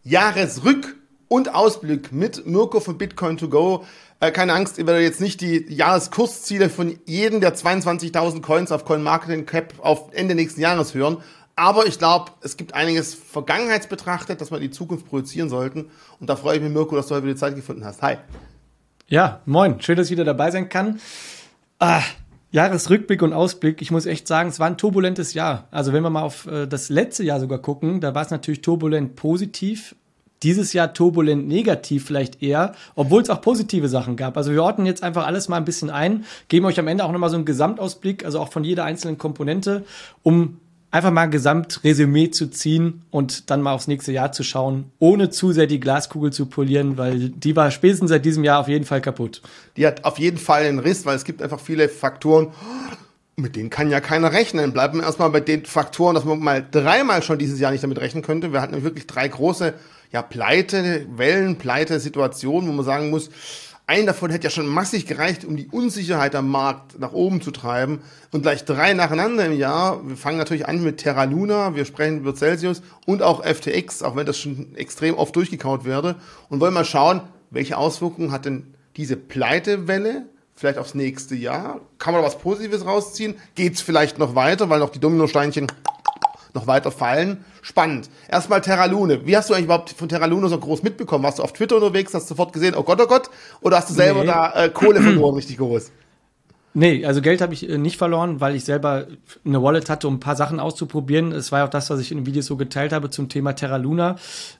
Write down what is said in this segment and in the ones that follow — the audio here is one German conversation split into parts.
Jahresrück- und Ausblick mit Mirko von Bitcoin to go. Keine Angst, ihr werdet jetzt nicht die Jahreskursziele von jedem der 22.000 Coins auf CoinMarketCap auf Ende nächsten Jahres hören. Aber ich glaube, es gibt einiges vergangenheitsbetrachtet, dass wir in die Zukunft projizieren sollten. Und da freue ich mich, Mirko, dass du heute wieder Zeit gefunden hast. Hi. Ja, moin. Schön, dass ich wieder dabei sein kann. Jahresrückblick und Ausblick. Ich muss echt sagen, es war ein turbulentes Jahr. Also wenn wir mal auf das letzte Jahr sogar gucken, da war es natürlich turbulent positiv. Dieses Jahr turbulent negativ vielleicht eher, obwohl es auch positive Sachen gab. Also wir ordnen jetzt einfach alles mal ein bisschen ein, geben euch am Ende auch nochmal so einen Gesamtausblick, also auch von jeder einzelnen Komponente, um einfach mal ein Gesamtresümee zu ziehen und dann mal aufs nächste Jahr zu schauen, ohne zu sehr die Glaskugel zu polieren, weil die war spätestens seit diesem Jahr auf jeden Fall kaputt. Die hat auf jeden Fall einen Riss, weil es gibt einfach viele Faktoren, mit denen kann ja keiner rechnen. Bleiben wir erstmal bei den Faktoren, dass man mal dreimal schon dieses Jahr nicht damit rechnen könnte. Wir hatten wirklich 3 große Pleite-Situationen, wo man sagen muss, einen davon hätte ja schon massig gereicht, um die Unsicherheit am Markt nach oben zu treiben. Und gleich 3 nacheinander im Jahr. Wir fangen natürlich an mit Terra Luna, wir sprechen über Celsius und auch FTX, auch wenn das schon extrem oft durchgekaut werde. Und wollen mal schauen, welche Auswirkungen hat denn diese Pleitewelle vielleicht aufs nächste Jahr? Kann man da was Positives rausziehen? Geht's vielleicht noch weiter, weil noch die Dominosteinchen noch weiter fallen? Spannend. Erstmal Terra Luna. Wie hast du eigentlich überhaupt von Terra Luna so groß mitbekommen? Warst du auf Twitter unterwegs, hast sofort gesehen, oh Gott, oder hast du selber da Kohle verloren, richtig groß? Nee, also Geld habe ich nicht verloren, weil ich selber eine Wallet hatte, um ein paar Sachen auszuprobieren. Es war ja auch das, was ich in den Videos so geteilt habe zum Thema Terra Luna.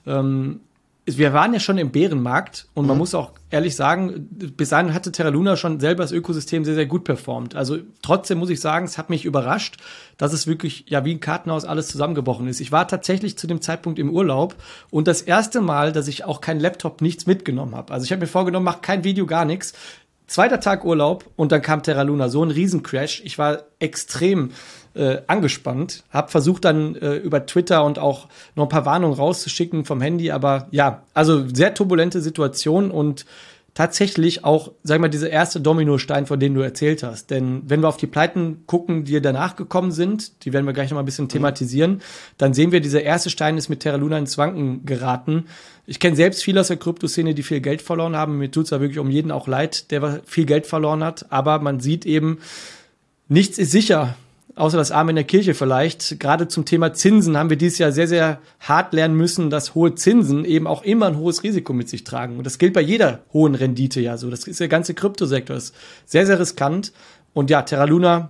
Wir waren ja schon im Bärenmarkt und man muss auch ehrlich sagen, bis dahin hatte Terra Luna schon selber das Ökosystem sehr, sehr gut performt. Also trotzdem muss ich sagen, es hat mich überrascht, dass es wirklich ja wie ein Kartenhaus alles zusammengebrochen ist. Ich war tatsächlich zu dem Zeitpunkt im Urlaub und das erste Mal, dass ich auch kein Laptop, nichts mitgenommen habe. Also ich habe mir vorgenommen, mach kein Video, gar nichts. 2. Tag Urlaub und dann kam Terra Luna, so ein Riesencrash. Ich war extrem angespannt, habe versucht dann über Twitter und auch noch ein paar Warnungen rauszuschicken vom Handy, aber ja, also sehr turbulente Situation und tatsächlich auch, sag mal, dieser erste Dominostein, von dem du erzählt hast. Denn wenn wir auf die Pleiten gucken, die danach gekommen sind, die werden wir gleich noch mal ein bisschen thematisieren, dann sehen wir, dieser erste Stein ist mit Terra Luna ins Wanken geraten. Ich kenne selbst viele aus der Kryptoszene, die viel Geld verloren haben. Mir tut's da wirklich um jeden auch leid, der viel Geld verloren hat. Aber man sieht eben, nichts ist sicher. Außer das Arme in der Kirche vielleicht. Gerade zum Thema Zinsen haben wir dieses Jahr sehr, sehr hart lernen müssen, dass hohe Zinsen eben auch immer ein hohes Risiko mit sich tragen. Und das gilt bei jeder hohen Rendite ja so. Das ist der ganze Kryptosektor. Das ist sehr, sehr riskant. Und ja, Terra Luna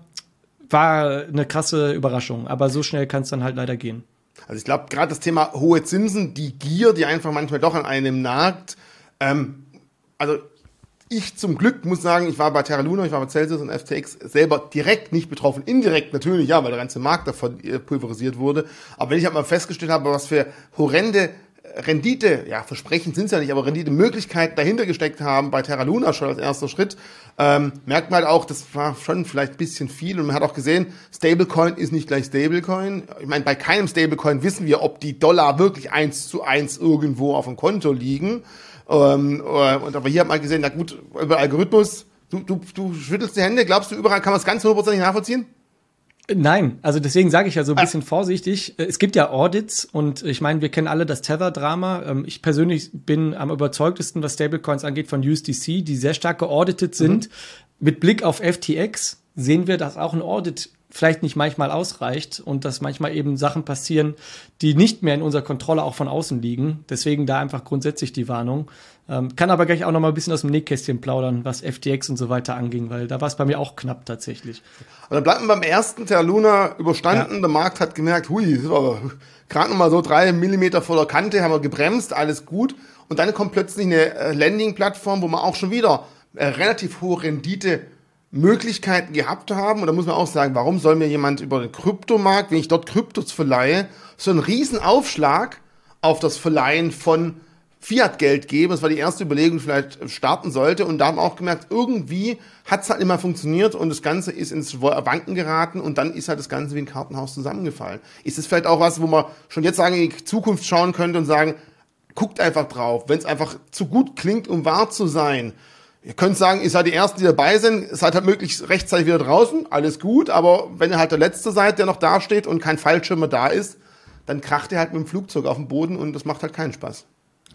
war eine krasse Überraschung. Aber so schnell kann es dann halt leider gehen. Also ich glaube, gerade das Thema hohe Zinsen, die Gier, die einfach manchmal doch an einem nagt. Also ich zum Glück muss sagen, ich war bei Terra Luna, ich war bei Celsius und FTX selber direkt nicht betroffen. Indirekt natürlich, ja, weil der ganze Markt davon pulverisiert wurde. Aber wenn ich halt mal festgestellt habe, was für horrende Rendite, ja, Versprechen sind es ja nicht, aber Rendite-Möglichkeiten dahinter gesteckt haben bei Terra Luna schon als erster Schritt, merkt man halt auch, das war schon vielleicht ein bisschen viel und man hat auch gesehen, Stablecoin ist nicht gleich Stablecoin. Ich meine, bei keinem Stablecoin wissen wir, ob die Dollar wirklich 1:1 irgendwo auf dem Konto liegen. Und aber hier hat man gesehen, na gut, über Algorithmus, du schüttelst die Hände, glaubst du, überall kann man es ganz 100% nachvollziehen? Nein, also deswegen sage ich ja so ein bisschen vorsichtig. Es gibt ja Audits und ich meine, wir kennen alle das Tether-Drama. Ich persönlich bin am überzeugtesten, was Stablecoins angeht, von USDC, die sehr stark geauditet sind. Mit Blick auf FTX sehen wir, dass auch ein Audit vielleicht nicht manchmal ausreicht und dass manchmal eben Sachen passieren, die nicht mehr in unserer Kontrolle auch von außen liegen. Deswegen da einfach grundsätzlich die Warnung. Kann aber gleich auch noch mal ein bisschen aus dem Nähkästchen plaudern, was FTX und so weiter anging, weil da war es bei mir auch knapp tatsächlich. Aber dann bleibt man beim ersten Terra Luna überstanden. Ja. Der Markt hat gemerkt, hui, das war aber gerade noch mal so 3 Millimeter vor der Kante, haben wir gebremst, alles gut. Und dann kommt plötzlich eine Landing-Plattform, wo man auch schon wieder relativ hohe Rendite-Möglichkeiten gehabt haben. Und da muss man auch sagen, warum soll mir jemand über den Kryptomarkt, wenn ich dort Kryptos verleihe, so einen riesen Aufschlag auf das Verleihen von Fiat-Geld geben? Das war die erste Überlegung, die vielleicht starten sollte. Und da haben wir auch gemerkt, irgendwie hat es halt immer funktioniert und das Ganze ist ins Wanken geraten und dann ist halt das Ganze wie ein Kartenhaus zusammengefallen. Ist es vielleicht auch was, wo man schon jetzt sagen, in die Zukunft schauen könnte und sagen, guckt einfach drauf, wenn es einfach zu gut klingt, um wahr zu sein. Ihr könnt sagen, ihr seid die Ersten, die dabei sind, seid halt möglichst rechtzeitig wieder draußen, alles gut, aber wenn ihr halt der Letzte seid, der noch da steht und kein Fallschirm mehr da ist, dann kracht er halt mit dem Flugzeug auf den Boden und das macht halt keinen Spaß.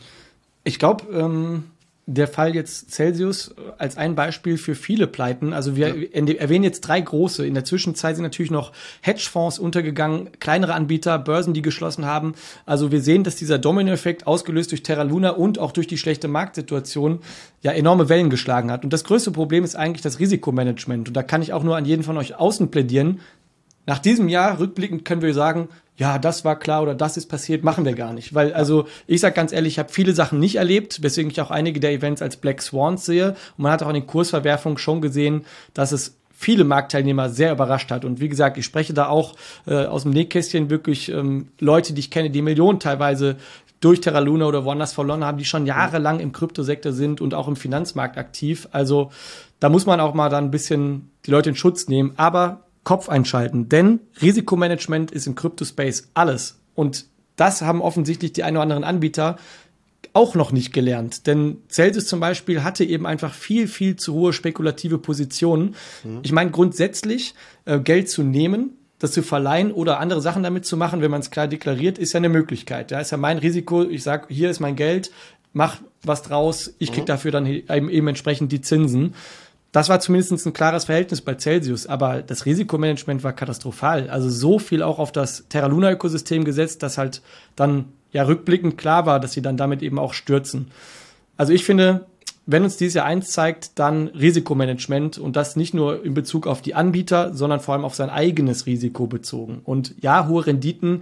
Ich glaube, der Fall jetzt Celsius als ein Beispiel für viele Pleiten. Also wir erwähnen jetzt 3 große. In der Zwischenzeit sind natürlich noch Hedgefonds untergegangen, kleinere Anbieter, Börsen, die geschlossen haben. Also wir sehen, dass dieser Dominoeffekt ausgelöst durch Terra Luna und auch durch die schlechte Marktsituation ja enorme Wellen geschlagen hat. Und das größte Problem ist eigentlich das Risikomanagement. Und da kann ich auch nur an jeden von euch außen plädieren. Nach diesem Jahr, rückblickend, können wir sagen, ja, das war klar oder das ist passiert, machen wir gar nicht. Weil, also, ich sag ganz ehrlich, ich habe viele Sachen nicht erlebt, weswegen ich auch einige der Events als Black Swans sehe. Und man hat auch in den Kursverwerfungen schon gesehen, dass es viele Marktteilnehmer sehr überrascht hat. Und wie gesagt, ich spreche da auch aus dem Nähkästchen wirklich Leute, die ich kenne, die Millionen teilweise durch Terra Luna oder Wonders verloren haben, die schon jahrelang im Kryptosektor sind und auch im Finanzmarkt aktiv. Also, da muss man auch mal dann ein bisschen die Leute in Schutz nehmen. Aber Kopf einschalten, denn Risikomanagement ist im Crypto-Space alles. Und das haben offensichtlich die ein oder anderen Anbieter auch noch nicht gelernt. Denn Celsius zum Beispiel hatte eben einfach viel, viel zu hohe spekulative Positionen. Ich meine, grundsätzlich Geld zu nehmen, das zu verleihen oder andere Sachen damit zu machen, wenn man es klar deklariert, ist ja eine Möglichkeit. Ja, ist ja mein Risiko. Ich sage, hier ist mein Geld, mach was draus. Ich krieg dafür dann eben entsprechend die Zinsen. Das war zumindest ein klares Verhältnis bei Celsius, aber das Risikomanagement war katastrophal. Also so viel auch auf das Terra Luna-Ökosystem gesetzt, dass halt dann ja rückblickend klar war, dass sie dann damit eben auch stürzen. Also ich finde, wenn uns dieses Jahr eins zeigt, dann Risikomanagement und das nicht nur in Bezug auf die Anbieter, sondern vor allem auf sein eigenes Risiko bezogen. Und ja, hohe Renditen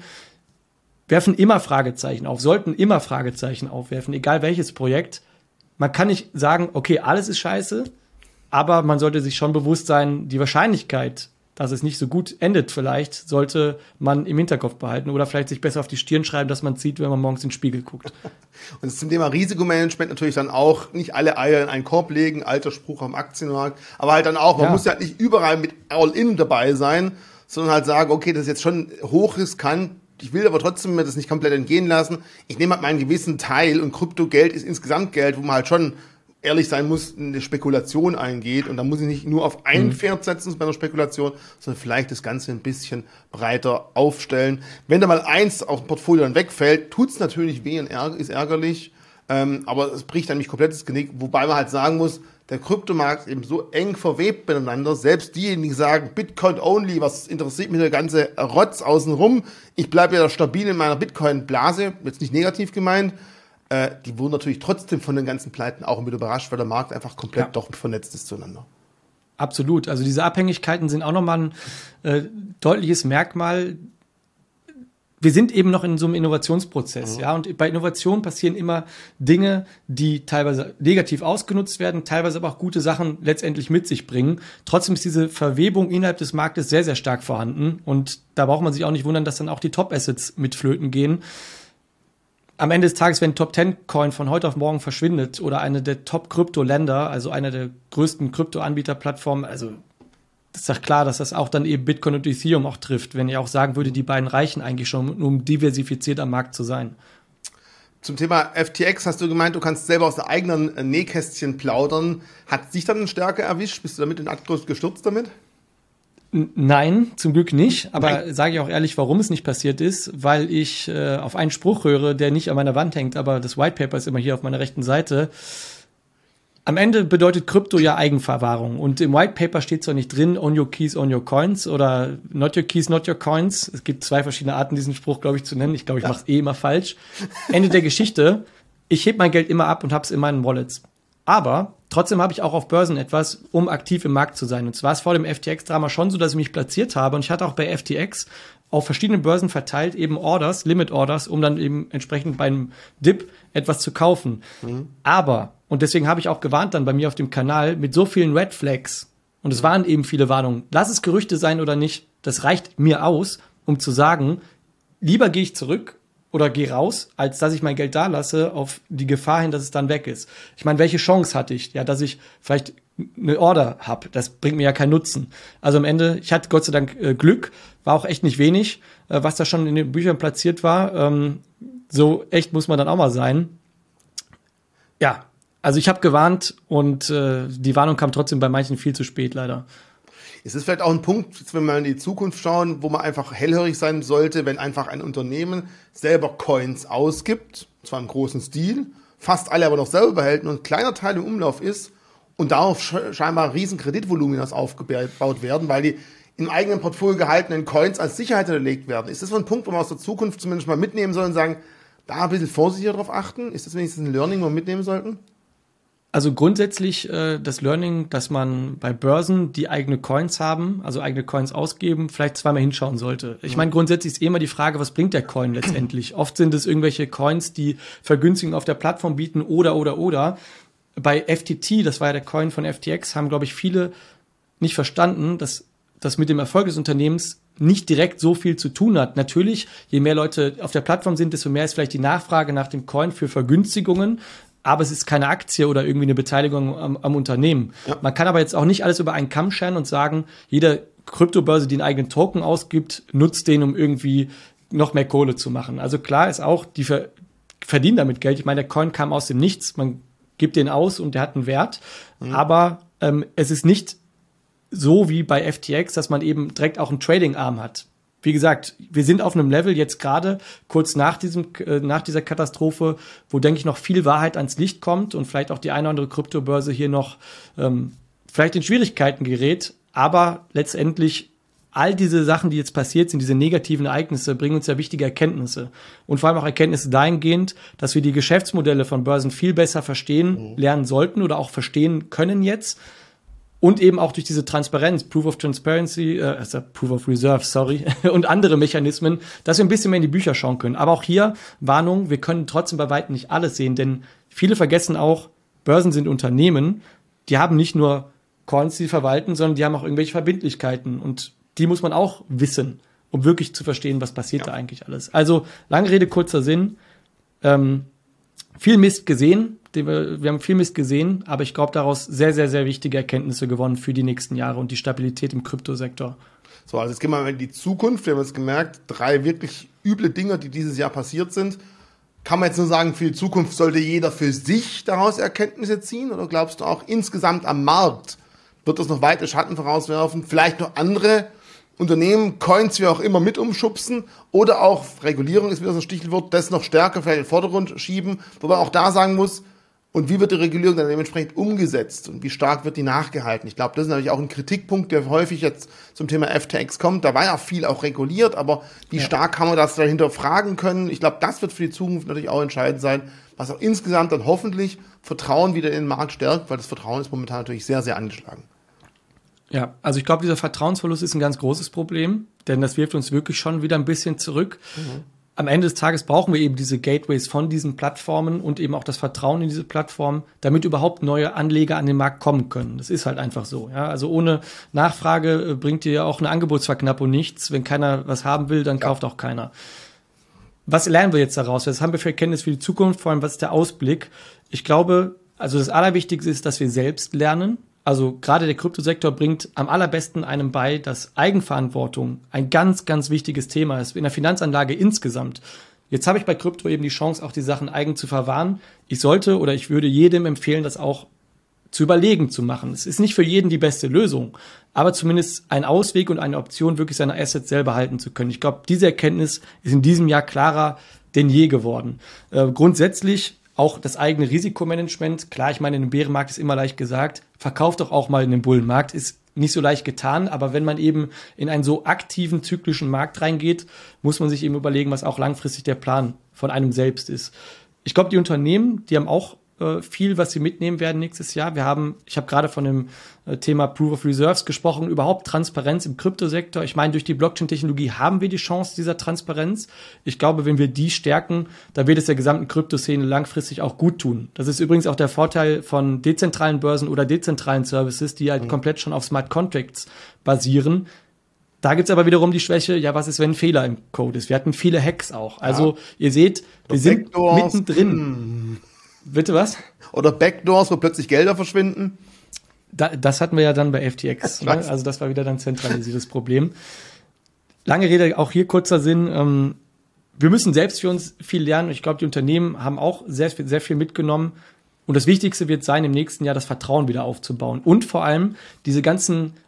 werfen immer Fragezeichen auf, sollten immer Fragezeichen aufwerfen, egal welches Projekt. Man kann nicht sagen, okay, alles ist scheiße, aber man sollte sich schon bewusst sein, die Wahrscheinlichkeit, dass es nicht so gut endet vielleicht, sollte man im Hinterkopf behalten oder vielleicht sich besser auf die Stirn schreiben, dass man sieht, wenn man morgens in den Spiegel guckt. Und zum Thema Risikomanagement natürlich dann auch nicht alle Eier in einen Korb legen, alter Spruch am Aktienmarkt, aber halt dann auch, man muss ja halt nicht überall mit All-In dabei sein, sondern halt sagen, okay, das ist jetzt schon hochriskant, ich will aber trotzdem mir das nicht komplett entgehen lassen. Ich nehme halt meinen gewissen Teil und Kryptogeld ist insgesamt Geld, wo man halt schon ehrlich sein muss, eine Spekulation eingeht und da muss ich nicht nur auf ein Pferd setzen bei einer Spekulation, sondern vielleicht das Ganze ein bisschen breiter aufstellen. Wenn da mal eins aus dem Portfolio dann wegfällt, tut's natürlich weh und ist ärgerlich, aber es bricht dann nicht komplett das Genick, wobei man halt sagen muss, der Kryptomarkt ist eben so eng verwebt miteinander, selbst diejenigen, die sagen, Bitcoin only, was interessiert mich der ganze Rotz außenrum, ich bleibe ja stabil in meiner Bitcoin-Blase, jetzt nicht negativ gemeint, die wurden natürlich trotzdem von den ganzen Pleiten auch mit überrascht, weil der Markt einfach komplett doch vernetzt ist zueinander. Absolut. Also diese Abhängigkeiten sind auch nochmal ein deutliches Merkmal. Wir sind eben noch in so einem Innovationsprozess, ja. Und bei Innovation passieren immer Dinge, die teilweise negativ ausgenutzt werden, teilweise aber auch gute Sachen letztendlich mit sich bringen. Trotzdem ist diese Verwebung innerhalb des Marktes sehr, sehr stark vorhanden. Und da braucht man sich auch nicht wundern, dass dann auch die Top-Assets mit flöten gehen. Am Ende des Tages, wenn ein Top-10-Coin von heute auf morgen verschwindet oder eine der Top-Krypto-Länder, also eine der größten Krypto-Anbieter-Plattformen, also das ist doch klar, dass das auch dann eben Bitcoin und Ethereum auch trifft, wenn ich auch sagen würde, die beiden reichen eigentlich schon, um diversifiziert am Markt zu sein. Zum Thema FTX hast du gemeint, du kannst selber aus der eigenen Nähkästchen plaudern. Hat dich dann Stärke erwischt? Bist du damit in den Akt gestürzt damit? Nein, zum Glück nicht. Aber sage ich auch ehrlich, warum es nicht passiert ist, weil ich auf einen Spruch höre, der nicht an meiner Wand hängt, aber das White Paper ist immer hier auf meiner rechten Seite. Am Ende bedeutet Krypto ja Eigenverwahrung. Und im White Paper steht zwar nicht drin, on your keys, on your coins oder not your keys, not your coins. Es gibt 2 verschiedene Arten, diesen Spruch, glaube ich, zu nennen. Ich glaube, ich mache es immer falsch. Ende der Geschichte. Ich heb mein Geld immer ab und habe es in meinen Wallets. Aber trotzdem habe ich auch auf Börsen etwas, um aktiv im Markt zu sein. Und zwar war es vor dem FTX-Drama schon so, dass ich mich platziert habe. Und ich hatte auch bei FTX auf verschiedenen Börsen verteilt eben Orders, Limit-Orders, um dann eben entsprechend beim Dip etwas zu kaufen. Aber, und deswegen habe ich auch gewarnt dann bei mir auf dem Kanal, mit so vielen Red Flags, und es waren eben viele Warnungen, lass es Gerüchte sein oder nicht, das reicht mir aus, um zu sagen, lieber gehe ich zurück oder gehe raus, als dass ich mein Geld da lasse, auf die Gefahr hin, dass es dann weg ist. Ich meine, welche Chance hatte ich? Ja, dass ich vielleicht eine Order habe. Das bringt mir ja keinen Nutzen. Also am Ende, ich hatte Gott sei Dank Glück, war auch echt nicht wenig, was da schon in den Büchern platziert war. So echt muss man dann auch mal sein. Ja, also ich habe gewarnt und die Warnung kam trotzdem bei manchen viel zu spät, leider. Ist es vielleicht auch ein Punkt, wenn wir in die Zukunft schauen, wo man einfach hellhörig sein sollte, wenn einfach ein Unternehmen selber Coins ausgibt, zwar im großen Stil, fast alle aber noch selber behält und ein kleiner Teil im Umlauf ist und darauf scheinbar riesen Kreditvoluminas aufgebaut werden, weil die im eigenen Portfolio gehaltenen Coins als Sicherheit hinterlegt werden. Ist das so ein Punkt, wo man aus der Zukunft zumindest mal mitnehmen soll und sagen, da ein bisschen vorsichtiger drauf achten? Ist das wenigstens ein Learning, wo wir mitnehmen sollten? Also grundsätzlich das Learning, dass man bei Börsen, die eigene Coins haben, also eigene Coins ausgeben, vielleicht zweimal hinschauen sollte. Ich meine, grundsätzlich ist immer die Frage, was bringt der Coin letztendlich? Oft sind es irgendwelche Coins, die Vergünstigung auf der Plattform bieten oder. Bei FTT, das war ja der Coin von FTX, haben, glaube ich, viele nicht verstanden, dass das mit dem Erfolg des Unternehmens nicht direkt so viel zu tun hat. Natürlich, je mehr Leute auf der Plattform sind, desto mehr ist vielleicht die Nachfrage nach dem Coin für Vergünstigungen, aber es ist keine Aktie oder irgendwie eine Beteiligung am Unternehmen. Ja. Man kann aber jetzt auch nicht alles über einen Kamm scheren und sagen, jede Kryptobörse, die einen eigenen Token ausgibt, nutzt den, um irgendwie noch mehr Kohle zu machen. Also klar ist auch, die verdienen damit Geld. Ich meine, der Coin kam aus dem Nichts, man gibt den aus und der hat einen Wert, aber es ist nicht so wie bei FTX, dass man eben direkt auch einen Trading-Arm hat. Wie gesagt, wir sind auf einem Level jetzt gerade kurz nach dieser Katastrophe, wo, denke ich, noch viel Wahrheit ans Licht kommt und vielleicht auch die eine oder andere Kryptobörse hier noch vielleicht in Schwierigkeiten gerät. Aber letztendlich all diese Sachen, die jetzt passiert sind, diese negativen Ereignisse, bringen uns ja wichtige Erkenntnisse. Und vor allem auch Erkenntnisse dahingehend, dass wir die Geschäftsmodelle von Börsen viel besser verstehen, lernen sollten oder auch verstehen können jetzt. Und eben auch durch diese Transparenz, Proof of Transparency, Proof of Reserve, und andere Mechanismen, dass wir ein bisschen mehr in die Bücher schauen können. Aber auch hier, Warnung, wir können trotzdem bei weitem nicht alles sehen, denn viele vergessen auch, Börsen sind Unternehmen, die haben nicht nur Coins, die sie verwalten, sondern die haben auch irgendwelche Verbindlichkeiten und die muss man auch wissen, um wirklich zu verstehen, was passiert da eigentlich alles. Also, lange Rede, kurzer Sinn, viel Mist gesehen, wir haben viel Mist gesehen, aber ich glaube, daraus sehr, sehr, sehr wichtige Erkenntnisse gewonnen für die nächsten Jahre und die Stabilität im Kryptosektor. So, also jetzt gehen wir mal in die Zukunft. Wir haben jetzt gemerkt, 3 wirklich üble Dinge, die dieses Jahr passiert sind. Kann man jetzt nur sagen, für die Zukunft sollte jeder für sich daraus Erkenntnisse ziehen? Oder glaubst du auch, insgesamt am Markt wird das noch weite Schatten vorauswerfen? Vielleicht noch andere Unternehmen, Coins wie auch immer mit umschubsen? Oder auch, Regulierung ist wieder so ein Stichwort, das noch stärker vielleicht in den Vordergrund schieben? Wo man auch da sagen muss, und wie wird die Regulierung dann dementsprechend umgesetzt und wie stark wird die nachgehalten? Ich glaube, das ist natürlich auch ein Kritikpunkt, der häufig jetzt zum Thema FTX kommt. Da war ja viel auch reguliert, aber wie stark kann man das dahinter fragen können? Ich glaube, das wird für die Zukunft natürlich auch entscheidend sein, was auch insgesamt dann hoffentlich Vertrauen wieder in den Markt stärkt, weil das Vertrauen ist momentan natürlich sehr, sehr angeschlagen. Ja, also ich glaube, dieser Vertrauensverlust ist ein ganz großes Problem, denn das wirft uns wirklich schon wieder ein bisschen zurück. Am Ende des Tages brauchen wir eben diese Gateways von diesen Plattformen und eben auch das Vertrauen in diese Plattformen, damit überhaupt neue Anleger an den Markt kommen können. Das ist halt einfach so. Ja? Also ohne Nachfrage bringt dir ja auch eine Angebotsverknappung nichts. Wenn keiner was haben will, dann kauft auch keiner. Was lernen wir jetzt daraus? Was haben wir für Erkenntnis für die Zukunft? Vor allem, was ist der Ausblick? Ich glaube, also das Allerwichtigste ist, dass wir selbst lernen. Also gerade der Kryptosektor bringt am allerbesten einem bei, dass Eigenverantwortung ein ganz, ganz wichtiges Thema ist in der Finanzanlage insgesamt. Jetzt habe ich bei Krypto eben die Chance, auch die Sachen eigen zu verwahren. Ich würde jedem empfehlen, das auch zu überlegen zu machen. Es ist nicht für jeden die beste Lösung, aber zumindest ein Ausweg und eine Option, wirklich seine Assets selber halten zu können. Ich glaube, diese Erkenntnis ist in diesem Jahr klarer denn je geworden. Grundsätzlich auch das eigene Risikomanagement. Klar, ich meine, in einem Bärenmarkt ist immer leicht gesagt, verkauft doch auch mal in den Bullenmarkt. Ist nicht so leicht getan, aber wenn man eben in einen so aktiven, zyklischen Markt reingeht, muss man sich eben überlegen, was auch langfristig der Plan von einem selbst ist. Ich glaube, die Unternehmen, die haben auch viel, was sie mitnehmen werden nächstes Jahr. Ich habe gerade von dem Thema Proof of Reserves gesprochen, überhaupt Transparenz im Kryptosektor. Ich meine, durch die Blockchain-Technologie haben wir die Chance dieser Transparenz. Ich glaube, wenn wir die stärken, dann wird es der gesamten Kryptoszene langfristig auch gut tun. Das ist übrigens auch der Vorteil von dezentralen Börsen oder dezentralen Services, die halt komplett schon auf Smart Contracts basieren. Da gibt's aber wiederum die Schwäche, ja, was ist, wenn ein Fehler im Code ist? Wir hatten viele Hacks auch. Also ihr seht, wir sind mittendrin. Bitte was? Oder Backdoors, wo plötzlich Gelder verschwinden. Das hatten wir ja dann bei FTX. Ne? Also das war wieder dann zentralisiertes Problem. Lange Rede, auch hier kurzer Sinn. Wir müssen selbst für uns viel lernen. Ich glaube, die Unternehmen haben auch sehr viel mitgenommen. Und das Wichtigste wird sein, im nächsten Jahr das Vertrauen wieder aufzubauen. Und vor allem diese ganzen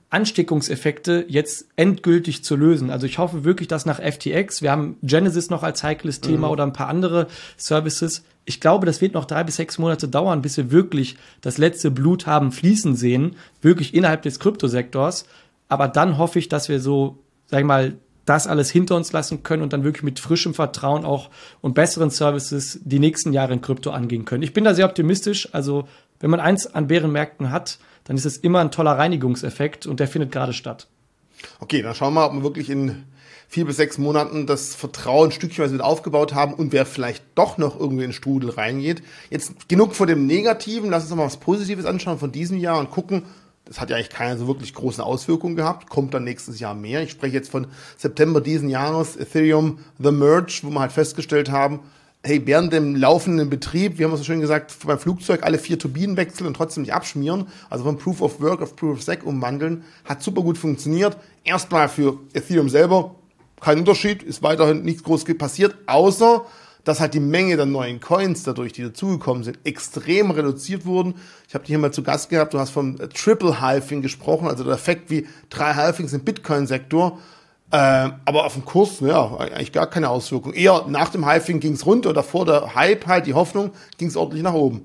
Ansteckungseffekte jetzt endgültig zu lösen. Also ich hoffe wirklich, dass nach FTX, wir haben Genesis noch als heikles Thema oder ein paar andere Services. Ich glaube, das wird noch 3 bis 6 Monate dauern, bis wir wirklich das letzte Blut haben fließen sehen, wirklich innerhalb des Kryptosektors. Aber dann hoffe ich, dass wir so, sag ich mal, das alles hinter uns lassen können und dann wirklich mit frischem Vertrauen auch und besseren Services die nächsten Jahre in Krypto angehen können. Ich bin da sehr optimistisch. Also wenn man eins an Bärenmärkten hat, dann ist es immer ein toller Reinigungseffekt und der findet gerade statt. Okay, dann schauen wir mal, ob wir wirklich in 4 bis 6 Monaten das Vertrauen stückchenweise wieder aufgebaut haben und wer vielleicht doch noch irgendwie in den Strudel reingeht. Jetzt genug von dem Negativen, lass uns noch mal was Positives anschauen von diesem Jahr und gucken. Das hat ja eigentlich keine so wirklich großen Auswirkungen gehabt, kommt dann nächstes Jahr mehr. Ich spreche jetzt von September diesen Jahres, Ethereum The Merge, wo wir halt festgestellt haben, hey, während dem laufenden Betrieb, wie haben wir so schön gesagt, beim Flugzeug alle 4 Turbinen wechseln und trotzdem nicht abschmieren, also von Proof of Work auf Proof of Stake umwandeln, hat super gut funktioniert. Erstmal für Ethereum selber kein Unterschied, ist weiterhin nichts groß passiert, außer dass halt die Menge der neuen Coins dadurch, die dazugekommen sind, extrem reduziert wurden. Ich habe dich hier mal zu Gast gehabt, du hast vom Triple Halving gesprochen, also der Effekt wie 3 Halvings im Bitcoin-Sektor. Aber auf dem Kurs, ja, eigentlich gar keine Auswirkung. Eher nach dem Halving ging es runter, davor der Hype halt, die Hoffnung, ging es ordentlich nach oben.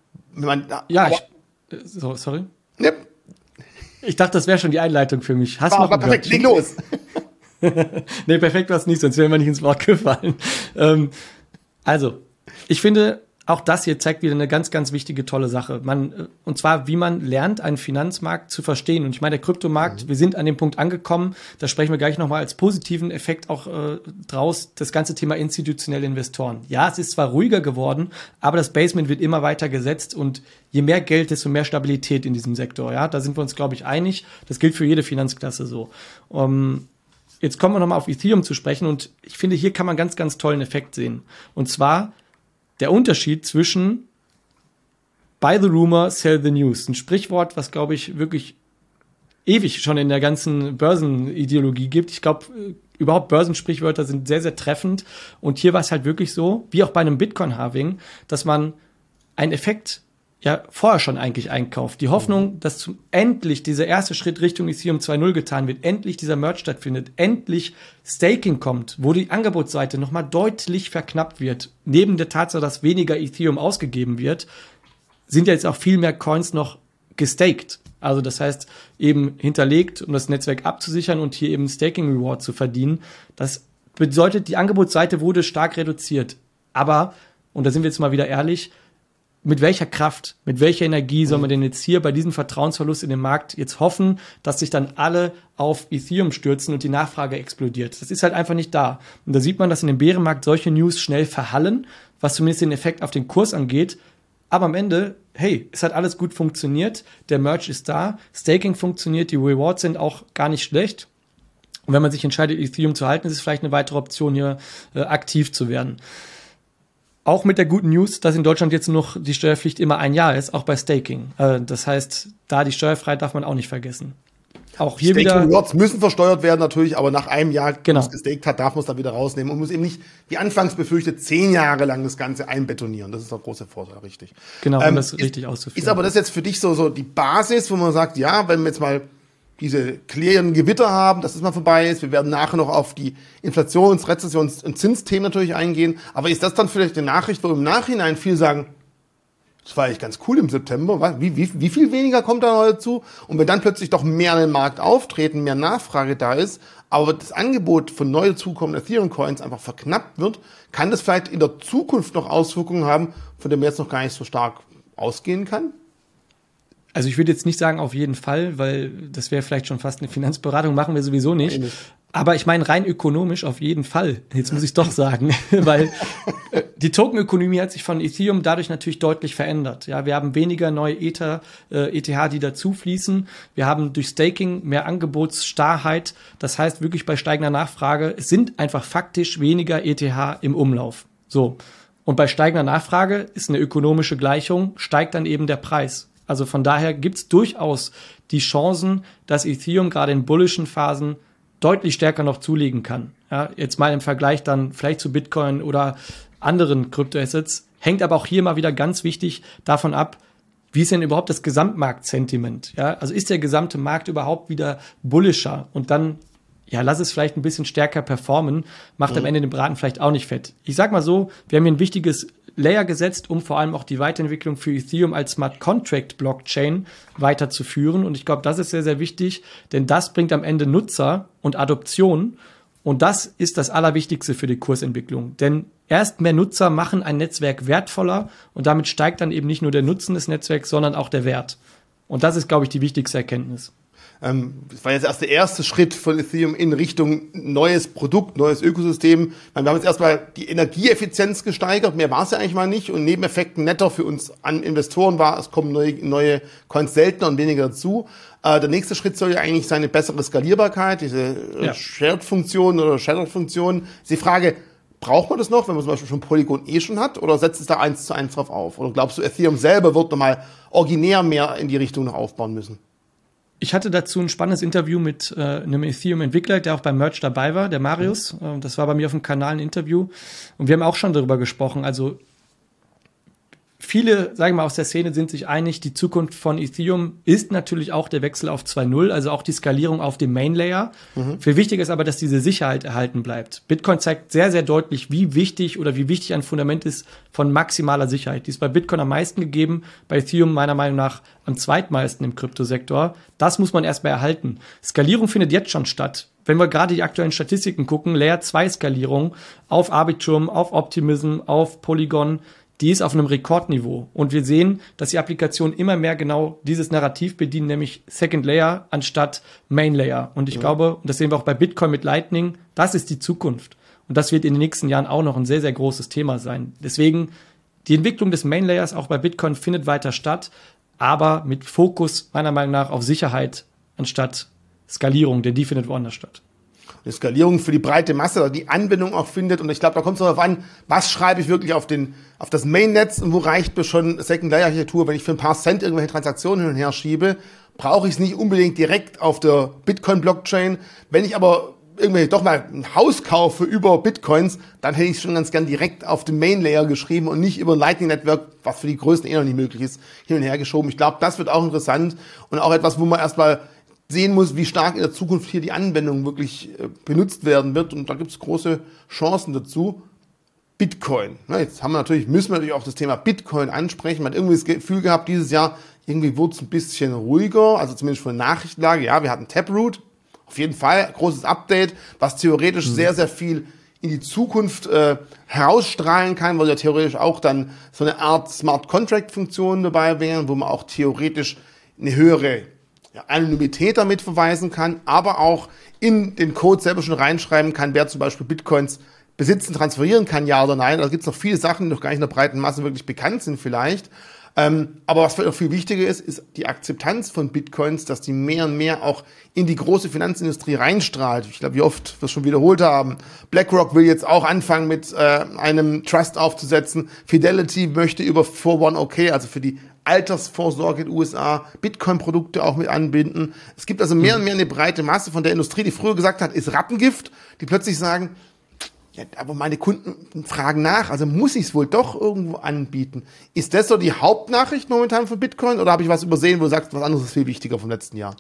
Sorry? Ja. Ich dachte, das wäre schon die Einleitung für mich. War perfekt, leg los. Nee, perfekt war es nicht, sonst wären wir nicht ins Wort gefallen. Also, ich finde, auch das hier zeigt wieder eine ganz, ganz wichtige, tolle Sache. Und zwar, wie man lernt, einen Finanzmarkt zu verstehen. Und ich meine, der Kryptomarkt, wir sind an dem Punkt angekommen, da sprechen wir gleich nochmal als positiven Effekt auch draus, das ganze Thema institutionelle Investoren. Ja, es ist zwar ruhiger geworden, aber das Basement wird immer weiter gesetzt und je mehr Geld, desto mehr Stabilität in diesem Sektor. Ja, da sind wir uns, glaube ich, einig. Das gilt für jede Finanzklasse so. Jetzt kommen wir nochmal auf Ethereum zu sprechen und ich finde, hier kann man ganz, ganz tollen Effekt sehen. Und zwar der Unterschied zwischen buy the rumor, sell the news. Ein Sprichwort, was, glaube ich, wirklich ewig schon in der ganzen Börsenideologie gibt. Ich glaube, überhaupt Börsensprichwörter sind sehr, sehr treffend. Und hier war es halt wirklich so, wie auch bei einem Bitcoin-Halving, dass man einen Effekt ja vorher schon eigentlich einkauft. Die Hoffnung, dass endlich dieser erste Schritt Richtung Ethereum 2.0 getan wird, endlich dieser Merge stattfindet, endlich Staking kommt, wo die Angebotsseite nochmal deutlich verknappt wird. Neben der Tatsache, dass weniger Ethereum ausgegeben wird, sind ja jetzt auch viel mehr Coins noch gestaked. Also das heißt, eben hinterlegt, um das Netzwerk abzusichern und hier eben Staking Reward zu verdienen. Das bedeutet, die Angebotsseite wurde stark reduziert. Aber, und da sind wir jetzt mal wieder ehrlich, mit welcher Kraft, mit welcher Energie soll man denn jetzt hier bei diesem Vertrauensverlust in den Markt jetzt hoffen, dass sich dann alle auf Ethereum stürzen und die Nachfrage explodiert? Das ist halt einfach nicht da. Und da sieht man, dass in dem Bärenmarkt solche News schnell verhallen, was zumindest den Effekt auf den Kurs angeht. Aber am Ende, hey, es hat alles gut funktioniert, der Merge ist da, Staking funktioniert, die Rewards sind auch gar nicht schlecht. Und wenn man sich entscheidet, Ethereum zu halten, ist es vielleicht eine weitere Option, hier aktiv zu werden. Auch mit der guten News, dass in Deutschland jetzt noch die Steuerpflicht immer 1 Jahr ist, auch bei Staking. Das heißt, da die Steuerfreiheit darf man auch nicht vergessen. Auch hier Staking wieder. Rewards müssen versteuert werden natürlich, aber nach 1 Jahr, genau, es gestaked hat, darf man es dann wieder rausnehmen und muss eben nicht, wie anfangs befürchtet, 10 Jahre lang das Ganze einbetonieren. Das ist der große Vorteil, richtig. Genau, um das richtig auszuführen. Ist aber das jetzt für dich so die Basis, wo man sagt, ja, wenn wir jetzt mal diese klärenden Gewitter haben, dass es mal vorbei ist. Wir werden nachher noch auf die Inflations-, Rezessions- und Zinsthemen natürlich eingehen. Aber ist das dann vielleicht eine Nachricht, wo im Nachhinein viele sagen, das war eigentlich ganz cool im September, wie viel weniger kommt da noch dazu? Und wenn dann plötzlich doch mehr an den Markt auftreten, mehr Nachfrage da ist, aber das Angebot von neu dazukommenden Ethereum-Coins einfach verknappt wird, kann das vielleicht in der Zukunft noch Auswirkungen haben, von denen man jetzt noch gar nicht so stark ausgehen kann? Also ich würde jetzt nicht sagen auf jeden Fall, weil das wäre vielleicht schon fast eine Finanzberatung, machen wir sowieso nicht. Aber ich meine rein ökonomisch auf jeden Fall. Jetzt muss ich doch sagen, weil die Tokenökonomie hat sich von Ethereum dadurch natürlich deutlich verändert. Ja, wir haben weniger neue ETH, die dazu fließen. Wir haben durch Staking mehr Angebotsstarrheit. Das heißt wirklich bei steigender Nachfrage, es sind einfach faktisch weniger ETH im Umlauf. So. Und bei steigender Nachfrage ist eine ökonomische Gleichung, steigt dann eben der Preis. Also von daher gibt's durchaus die Chancen, dass Ethereum gerade in bullischen Phasen deutlich stärker noch zulegen kann. Ja, jetzt mal im Vergleich dann vielleicht zu Bitcoin oder anderen Kryptoassets. Hängt aber auch hier mal wieder ganz wichtig davon ab, wie ist denn überhaupt das Gesamtmarktsentiment? Ja, also ist der gesamte Markt überhaupt wieder bullischer? Und dann, ja, lass es vielleicht ein bisschen stärker performen, macht am Ende den Braten vielleicht auch nicht fett. Ich sag mal so, wir haben hier ein wichtiges Layer gesetzt, um vor allem auch die Weiterentwicklung für Ethereum als Smart Contract Blockchain weiterzuführen. Und ich glaube, das ist sehr, sehr wichtig, denn das bringt am Ende Nutzer und Adoption. Und das ist das Allerwichtigste für die Kursentwicklung. Denn erst mehr Nutzer machen ein Netzwerk wertvoller und damit steigt dann eben nicht nur der Nutzen des Netzwerks, sondern auch der Wert. Und das ist, glaube ich, die wichtigste Erkenntnis. Das war jetzt erst der erste Schritt von Ethereum in Richtung neues Produkt, neues Ökosystem. Wir haben jetzt erstmal die Energieeffizienz gesteigert, mehr war es ja eigentlich mal nicht. Und Nebeneffekten netter für uns an Investoren war, es kommen neue Coins seltener und weniger dazu. Der nächste Schritt soll ja eigentlich sein, eine bessere Skalierbarkeit, diese Shared-Funktion oder Shadow-Funktion. Ist die Frage, braucht man das noch, wenn man zum Beispiel schon Polygon schon hat, oder setzt es da 1:1 drauf auf? Oder glaubst du, Ethereum selber wird nochmal originär mehr in die Richtung noch aufbauen müssen? Ich hatte dazu ein spannendes Interview mit einem Ethereum-Entwickler, der auch beim Merge dabei war, der Marius. Das war bei mir auf dem Kanal ein Interview. Und wir haben auch schon darüber gesprochen. Also viele, sagen wir mal, aus der Szene sind sich einig, die Zukunft von Ethereum ist natürlich auch der Wechsel auf 2.0, also auch die Skalierung auf dem Main-Layer. Viel wichtiger ist aber, dass diese Sicherheit erhalten bleibt. Bitcoin zeigt sehr, sehr deutlich, wie wichtig ein Fundament ist von maximaler Sicherheit. Die ist bei Bitcoin am meisten gegeben, bei Ethereum meiner Meinung nach am zweitmeisten im Kryptosektor. Das muss man erstmal erhalten. Skalierung findet jetzt schon statt. Wenn wir gerade die aktuellen Statistiken gucken, Layer 2 Skalierung auf Arbitrum, auf Optimism, auf Polygon, die ist auf einem Rekordniveau. Und wir sehen, dass die Applikationen immer mehr genau dieses Narrativ bedienen, nämlich Second Layer anstatt Main Layer. Und ich glaube, und das sehen wir auch bei Bitcoin mit Lightning, das ist die Zukunft. Und das wird in den nächsten Jahren auch noch ein sehr, sehr großes Thema sein. Deswegen, die Entwicklung des Main Layers auch bei Bitcoin findet weiter statt, aber mit Fokus meiner Meinung nach auf Sicherheit anstatt Skalierung, denn die findet woanders statt. Die Skalierung für die breite Masse, die Anwendung auch findet. Und ich glaube, da kommt es darauf an, was schreibe ich wirklich auf das Mainnetz und wo reicht mir schon Second-Layer-Architektur. Wenn ich für ein paar Cent irgendwelche Transaktionen hin und her schiebe, brauche ich es nicht unbedingt direkt auf der Bitcoin-Blockchain. Wenn ich aber irgendwie doch mal ein Haus kaufe über Bitcoins, dann hätte ich es schon ganz gern direkt auf dem Main-Layer geschrieben und nicht über ein Lightning-Network, was für die Größten noch nicht möglich ist, hin und her geschoben. Ich glaube, das wird auch interessant und auch etwas, wo man erstmal sehen muss, wie stark in der Zukunft hier die Anwendung wirklich benutzt werden wird. Und da gibt es große Chancen dazu. Bitcoin. Jetzt müssen wir natürlich auch das Thema Bitcoin ansprechen. Man hat irgendwie das Gefühl gehabt, dieses Jahr irgendwie wurde es ein bisschen ruhiger, also zumindest von der Nachrichtenlage. Ja, wir hatten Taproot. Auf jeden Fall großes Update, was theoretisch sehr, sehr viel in die Zukunft herausstrahlen kann, weil ja theoretisch auch dann so eine Art Smart Contract Funktion dabei wären, wo man auch theoretisch eine höhere Anonymität damit verweisen kann, aber auch in den Code selber schon reinschreiben kann, wer zum Beispiel Bitcoins besitzen, transferieren kann, ja oder nein. Da gibt es noch viele Sachen, die noch gar nicht in der breiten Masse wirklich bekannt sind vielleicht. Aber was vielleicht auch viel wichtiger ist die Akzeptanz von Bitcoins, dass die mehr und mehr auch in die große Finanzindustrie reinstrahlt. Ich glaube, wie oft wir es schon wiederholt haben. BlackRock will jetzt auch anfangen, mit einem Trust aufzusetzen. Fidelity möchte über 401k, also für die Altersvorsorge in den USA, Bitcoin-Produkte auch mit anbinden. Es gibt also mehr und mehr eine breite Masse von der Industrie, die früher gesagt hat, ist Rattengift, die plötzlich sagen, ja, aber meine Kunden fragen nach, also muss ich es wohl doch irgendwo anbieten. Ist das so die Hauptnachricht momentan von Bitcoin oder habe ich was übersehen, wo du sagst, was anderes ist viel wichtiger vom letzten Jahr?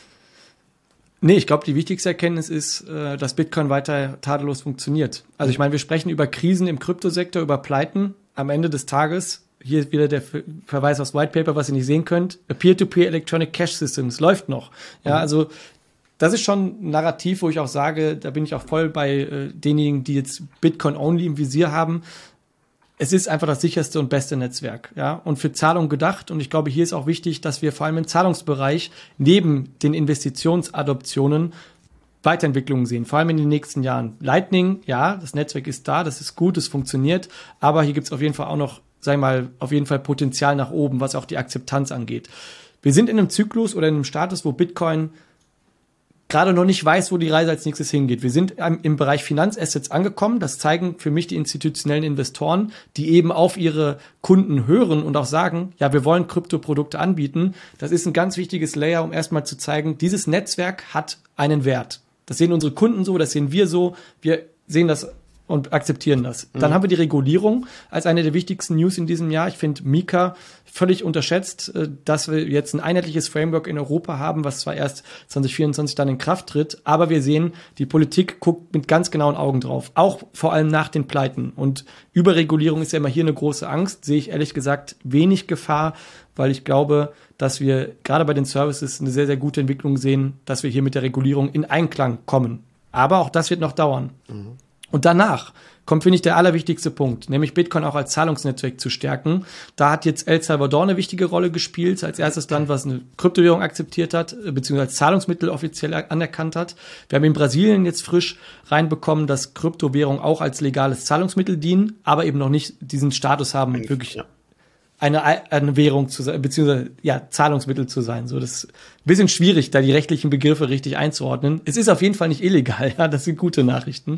Nee, ich glaube, die wichtigste Erkenntnis ist, dass Bitcoin weiter tadellos funktioniert. Also ich meine, wir sprechen über Krisen im Kryptosektor, über Pleiten. Am Ende des Tages, hier ist wieder der Verweis aufs White Paper, was ihr nicht sehen könnt, Peer-to-Peer Electronic Cash Systems läuft noch. Ja, also das ist schon ein Narrativ, wo ich auch sage, da bin ich auch voll bei denjenigen, die jetzt Bitcoin-only im Visier haben. Es ist einfach das sicherste und beste Netzwerk, ja, und für Zahlung gedacht. Und ich glaube, hier ist auch wichtig, dass wir vor allem im Zahlungsbereich neben den Investitionsadoptionen Weiterentwicklungen sehen, vor allem in den nächsten Jahren. Lightning, ja, das Netzwerk ist da, das ist gut, es funktioniert, aber hier gibt es auf jeden Fall auch noch, sag ich mal, auf jeden Fall Potenzial nach oben, was auch die Akzeptanz angeht. Wir sind in einem Zyklus oder in einem Status, wo Bitcoin gerade noch nicht weiß, wo die Reise als nächstes hingeht. Wir sind im Bereich Finanzassets angekommen. Das zeigen für mich die institutionellen Investoren, die eben auf ihre Kunden hören und auch sagen, ja, wir wollen Kryptoprodukte anbieten. Das ist ein ganz wichtiges Layer, um erstmal zu zeigen, dieses Netzwerk hat einen Wert. Das sehen unsere Kunden so, das sehen wir so. Wir sehen das und akzeptieren das. Dann haben wir die Regulierung als eine der wichtigsten News in diesem Jahr. Ich finde MiCA völlig unterschätzt, dass wir jetzt ein einheitliches Framework in Europa haben, was zwar erst 2024 dann in Kraft tritt, aber wir sehen, die Politik guckt mit ganz genauen Augen drauf, auch vor allem nach den Pleiten. Und Überregulierung ist ja immer hier eine große Angst, sehe ich ehrlich gesagt wenig Gefahr, weil ich glaube, dass wir gerade bei den Services eine sehr, sehr gute Entwicklung sehen, dass wir hier mit der Regulierung in Einklang kommen. Aber auch das wird noch dauern. Und danach kommt, finde ich, der allerwichtigste Punkt, nämlich Bitcoin auch als Zahlungsnetzwerk zu stärken. Da hat jetzt El Salvador eine wichtige Rolle gespielt, als erstes Land, was eine Kryptowährung akzeptiert hat, beziehungsweise als Zahlungsmittel offiziell anerkannt hat. Wir haben in Brasilien jetzt frisch reinbekommen, dass Kryptowährungen auch als legales Zahlungsmittel dienen, aber eben noch nicht diesen Status haben, wirklich eine Währung zu sein, beziehungsweise Zahlungsmittel zu sein. So, das ist ein bisschen schwierig, da die rechtlichen Begriffe richtig einzuordnen. Es ist auf jeden Fall nicht illegal, ja, das sind gute Nachrichten.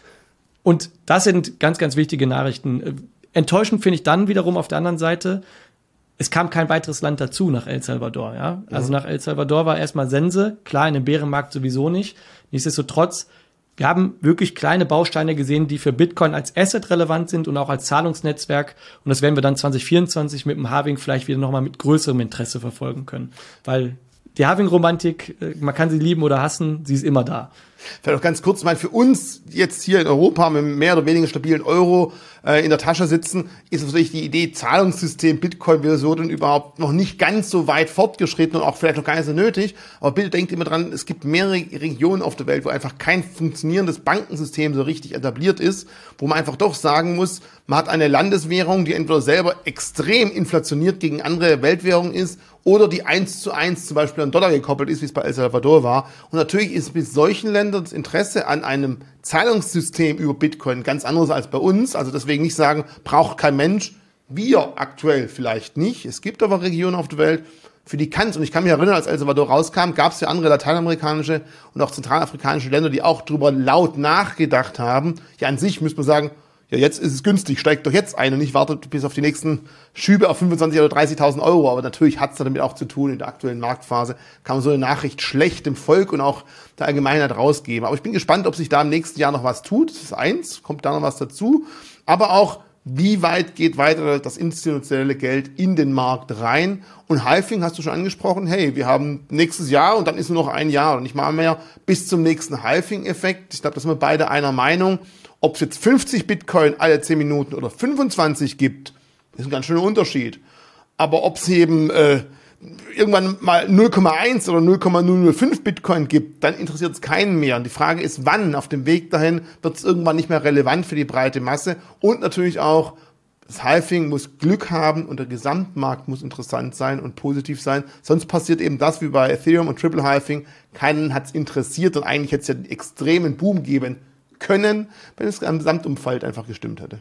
Und das sind ganz, ganz wichtige Nachrichten. Enttäuschend finde ich dann wiederum auf der anderen Seite, es kam kein weiteres Land dazu nach El Salvador, ja. Also nach El Salvador war erstmal Sense, klar, in dem Bärenmarkt sowieso nicht. Nichtsdestotrotz, wir haben wirklich kleine Bausteine gesehen, die für Bitcoin als Asset relevant sind und auch als Zahlungsnetzwerk. Und das werden wir dann 2024 mit dem Halving vielleicht wieder nochmal mit größerem Interesse verfolgen können. Weil die Halving-Romantik, man kann sie lieben oder hassen, sie ist immer da. Vielleicht noch ganz kurz mal für uns jetzt hier in Europa mit einem mehr oder weniger stabilen Euro in der Tasche sitzen, ist natürlich die Idee Zahlungssystem, Bitcoin-Versionen überhaupt noch nicht ganz so weit fortgeschritten und auch vielleicht noch gar nicht so nötig. Aber bitte denkt immer dran, es gibt mehrere Regionen auf der Welt, wo einfach kein funktionierendes Bankensystem so richtig etabliert ist, wo man einfach doch sagen muss, man hat eine Landeswährung, die entweder selber extrem inflationiert gegen andere Weltwährungen ist oder die 1:1 zum Beispiel an Dollar gekoppelt ist, wie es bei El Salvador war. Und natürlich ist mit solchen Ländern das Interesse an einem Zahlungssystem über Bitcoin ganz anderes als bei uns. Also deswegen nicht sagen, braucht kein Mensch. Wir aktuell vielleicht nicht. Es gibt aber Regionen auf der Welt, für die kann es. Und ich kann mich erinnern, als El Salvador rauskam, gab es ja andere lateinamerikanische und auch zentralafrikanische Länder, die auch drüber laut nachgedacht haben. Ja, an sich müsste man sagen, ja, jetzt ist es günstig, steigt doch jetzt ein und nicht wartet bis auf die nächsten Schübe auf 25.000 oder 30.000 Euro. Aber natürlich hat es damit auch zu tun. In der aktuellen Marktphase kann man so eine Nachricht schlecht dem Volk und auch der Allgemeinheit rausgeben. Aber ich bin gespannt, ob sich da im nächsten Jahr noch was tut. Das ist eins, kommt da noch was dazu. Aber auch, wie weit geht weiter das institutionelle Geld in den Markt rein? Und Halving hast du schon angesprochen. Hey, wir haben nächstes Jahr und dann ist nur noch ein Jahr und nicht mal mehr bis zum nächsten Halving-Effekt. Ich glaube, da sind wir beide einer Meinung. Ob es jetzt 50 Bitcoin alle 10 Minuten oder 25 gibt, ist ein ganz schöner Unterschied. Aber ob es eben irgendwann mal 0,1 oder 0,005 Bitcoin gibt, dann interessiert es keinen mehr. Und die Frage ist, wann? Auf dem Weg dahin wird es irgendwann nicht mehr relevant für die breite Masse. Und natürlich auch, das Halving muss Glück haben und der Gesamtmarkt muss interessant sein und positiv sein. Sonst passiert eben das wie bei Ethereum und Triple Halving. Keinen hat es interessiert und eigentlich hätte es ja einen extremen Boom geben können, wenn es am Gesamtumfeld einfach gestimmt hätte.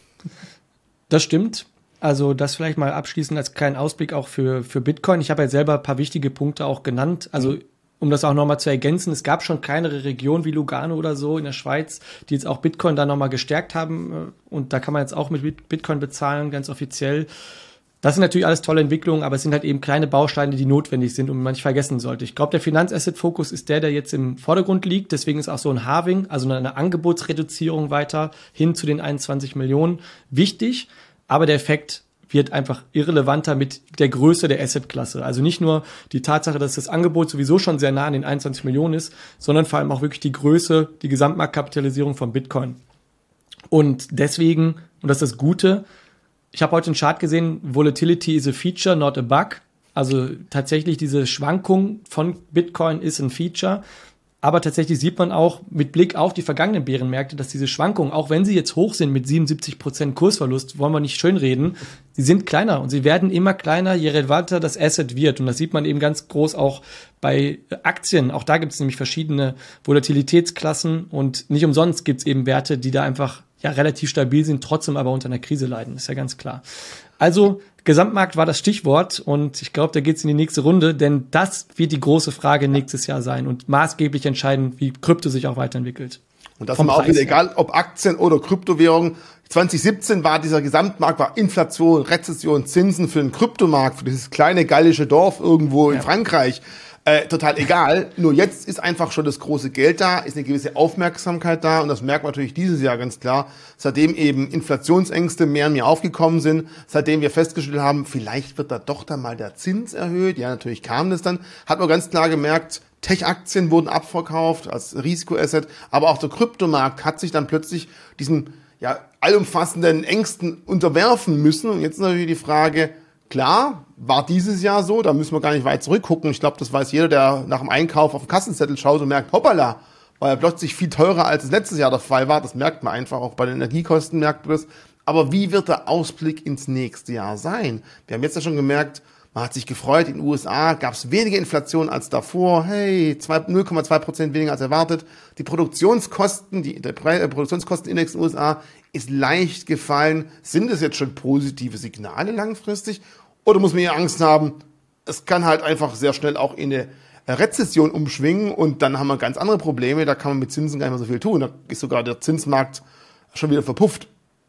Das stimmt. Also das vielleicht mal abschließend als kleinen Ausblick auch für Bitcoin. Ich habe ja selber ein paar wichtige Punkte auch genannt. Also um das auch nochmal zu ergänzen, es gab schon kleinere Regionen wie Lugano oder so in der Schweiz, die jetzt auch Bitcoin da nochmal gestärkt haben. Und da kann man jetzt auch mit Bitcoin bezahlen, ganz offiziell. Das sind natürlich alles tolle Entwicklungen, aber es sind halt eben kleine Bausteine, die notwendig sind und man nicht vergessen sollte. Ich glaube, der Finanzasset-Fokus ist der jetzt im Vordergrund liegt. Deswegen ist auch so ein Halving, also eine Angebotsreduzierung weiter hin zu den 21 Millionen wichtig. Aber der Effekt wird einfach irrelevanter mit der Größe der Asset-Klasse. Also nicht nur die Tatsache, dass das Angebot sowieso schon sehr nah an den 21 Millionen ist, sondern vor allem auch wirklich die Größe, die Gesamtmarktkapitalisierung von Bitcoin. Und deswegen, und das ist das Gute, ich habe heute einen Chart gesehen, Volatility is a feature, not a bug. Also tatsächlich diese Schwankung von Bitcoin ist ein Feature. Aber tatsächlich sieht man auch mit Blick auf die vergangenen Bärenmärkte, dass diese Schwankungen, auch wenn sie jetzt hoch sind mit 77% Kursverlust, wollen wir nicht schönreden, sie sind kleiner und sie werden immer kleiner, je relevanter das Asset wird. Und das sieht man eben ganz groß auch bei Aktien. Auch da gibt es nämlich verschiedene Volatilitätsklassen und nicht umsonst gibt es eben Werte, die da einfach relativ stabil sind, trotzdem aber unter einer Krise leiden. Ist ja ganz klar. Also Gesamtmarkt war das Stichwort und ich glaube, da geht's in die nächste Runde, denn das wird die große Frage nächstes Jahr sein und maßgeblich entscheiden, wie Krypto sich auch weiterentwickelt. Und das ist auch wieder egal, ob Aktien oder Kryptowährungen. 2017 war dieser Gesamtmarkt, war Inflation, Rezession, Zinsen für den Kryptomarkt, für dieses kleine gallische Dorf irgendwo in Frankreich. total egal. Nur jetzt ist einfach schon das große Geld da, ist eine gewisse Aufmerksamkeit da und das merkt man natürlich dieses Jahr ganz klar, seitdem eben Inflationsängste mehr und mehr aufgekommen sind, seitdem wir festgestellt haben, vielleicht wird da doch dann mal der Zins erhöht. Ja, natürlich kam das dann. Hat man ganz klar gemerkt, Tech-Aktien wurden abverkauft als Risikoasset, aber auch der Kryptomarkt hat sich dann plötzlich diesen allumfassenden Ängsten unterwerfen müssen. Und jetzt ist natürlich die Frage, klar, war dieses Jahr so, da müssen wir gar nicht weit zurückgucken. Ich glaube, das weiß jeder, der nach dem Einkauf auf den Kassenzettel schaut und merkt, hoppala, war ja plötzlich viel teurer, als es letztes Jahr der Fall war. Das merkt man einfach, auch bei den Energiekosten merkt man das. Aber wie wird der Ausblick ins nächste Jahr sein? Wir haben jetzt ja schon gemerkt, man hat sich gefreut, in den USA gab es weniger Inflation als davor. Hey, 0,2% weniger als erwartet. Die Produktionskosten, der Produktionskostenindex in den USA ist leicht gefallen. Sind es jetzt schon positive Signale langfristig? Oder muss man hier Angst haben, es kann halt einfach sehr schnell auch in eine Rezession umschwingen und dann haben wir ganz andere Probleme. Da kann man mit Zinsen gar nicht mehr so viel tun. Da ist sogar der Zinsmarkt schon wieder verpufft.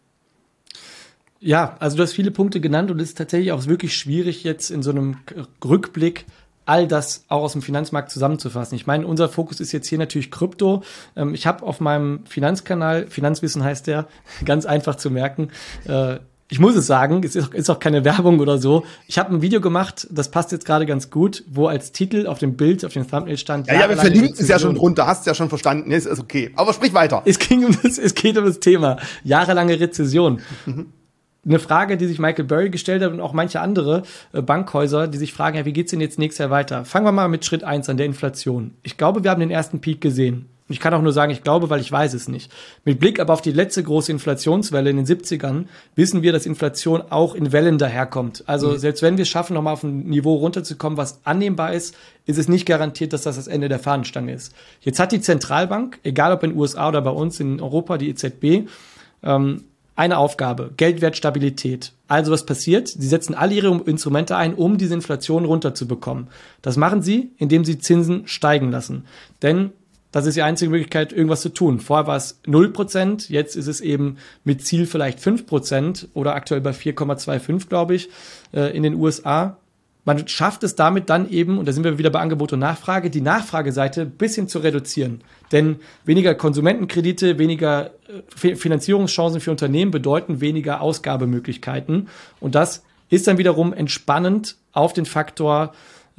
Ja, also du hast viele Punkte genannt und es ist tatsächlich auch wirklich schwierig, jetzt in so einem Rückblick all das auch aus dem Finanzmarkt zusammenzufassen. Ich meine, unser Fokus ist jetzt hier natürlich Krypto. Ich habe auf meinem Finanzkanal, Finanzwissen heißt der, ganz einfach zu merken, ich muss es sagen, es ist auch keine Werbung oder so. Ich habe ein Video gemacht, das passt jetzt gerade ganz gut, wo als Titel auf dem Bild, auf dem Thumbnail stand. Ja, wir verlinken es ja schon drunter, hast es ja schon verstanden, ist okay. Aber sprich weiter. Es geht um das Thema jahrelange Rezession. Eine Frage, die sich Michael Burry gestellt hat und auch manche andere Bankhäuser, die sich fragen, ja, wie geht's denn jetzt nächstes Jahr weiter? Fangen wir mal mit Schritt 1 an, der Inflation. Ich glaube, wir haben den ersten Peak gesehen. Und ich kann auch nur sagen, ich glaube, weil ich weiß es nicht. Mit Blick aber auf die letzte große Inflationswelle in den 70ern wissen wir, dass Inflation auch in Wellen daherkommt. Also selbst wenn wir es schaffen, nochmal auf ein Niveau runterzukommen, was annehmbar ist, ist es nicht garantiert, dass das Ende der Fahnenstange ist. Jetzt hat die Zentralbank, egal ob in den USA oder bei uns in Europa, die EZB, eine Aufgabe, Geldwertstabilität. Also was passiert? Sie setzen alle ihre Instrumente ein, um diese Inflation runterzubekommen. Das machen sie, indem sie Zinsen steigen lassen. Denn das ist die einzige Möglichkeit, irgendwas zu tun. Vorher war es 0%, jetzt ist es eben mit Ziel vielleicht 5% oder aktuell bei 4,25, glaube ich, in den USA. Man schafft es damit dann eben, und da sind wir wieder bei Angebot und Nachfrage, die Nachfrageseite ein bisschen zu reduzieren. Denn weniger Konsumentenkredite, weniger Finanzierungschancen für Unternehmen bedeuten weniger Ausgabemöglichkeiten. Und das ist dann wiederum entspannend auf den Faktor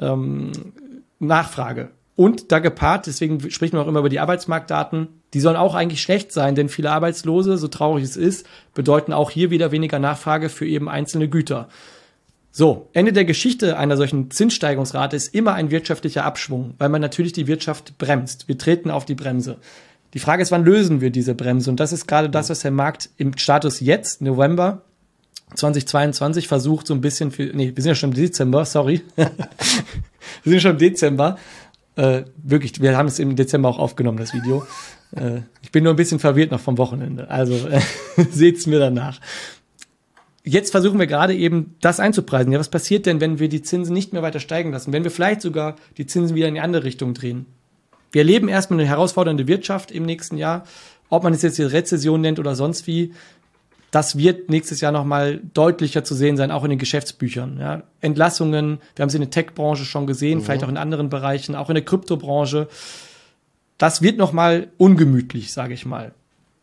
Nachfrage. Und da gepaart, deswegen spricht man auch immer über die Arbeitsmarktdaten, die sollen auch eigentlich schlecht sein, denn viele Arbeitslose, so traurig es ist, bedeuten auch hier wieder weniger Nachfrage für eben einzelne Güter. So, Ende der Geschichte einer solchen Zinssteigerungsrate ist immer ein wirtschaftlicher Abschwung, weil man natürlich die Wirtschaft bremst. Wir treten auf die Bremse. Die Frage ist, wann lösen wir diese Bremse? Und das ist gerade das, was der Markt im Status jetzt, November 2022, versucht so ein bisschen wir sind ja schon im Dezember, sorry. Wir sind schon im Dezember. Wirklich, wir haben es im Dezember auch aufgenommen, das Video. Ich bin nur ein bisschen verwirrt noch vom Wochenende. Also seht's mir danach. Jetzt versuchen wir gerade eben das einzupreisen. Ja, was passiert denn, wenn wir die Zinsen nicht mehr weiter steigen lassen? Wenn wir vielleicht sogar die Zinsen wieder in die andere Richtung drehen? Wir erleben erstmal eine herausfordernde Wirtschaft im nächsten Jahr. Ob man es jetzt die Rezession nennt oder sonst wie, das wird nächstes Jahr nochmal deutlicher zu sehen sein, auch in den Geschäftsbüchern. Ja. Entlassungen, wir haben sie in der Tech-Branche schon gesehen, vielleicht auch in anderen Bereichen, auch in der Kryptobranche. Das wird nochmal ungemütlich, sage ich mal.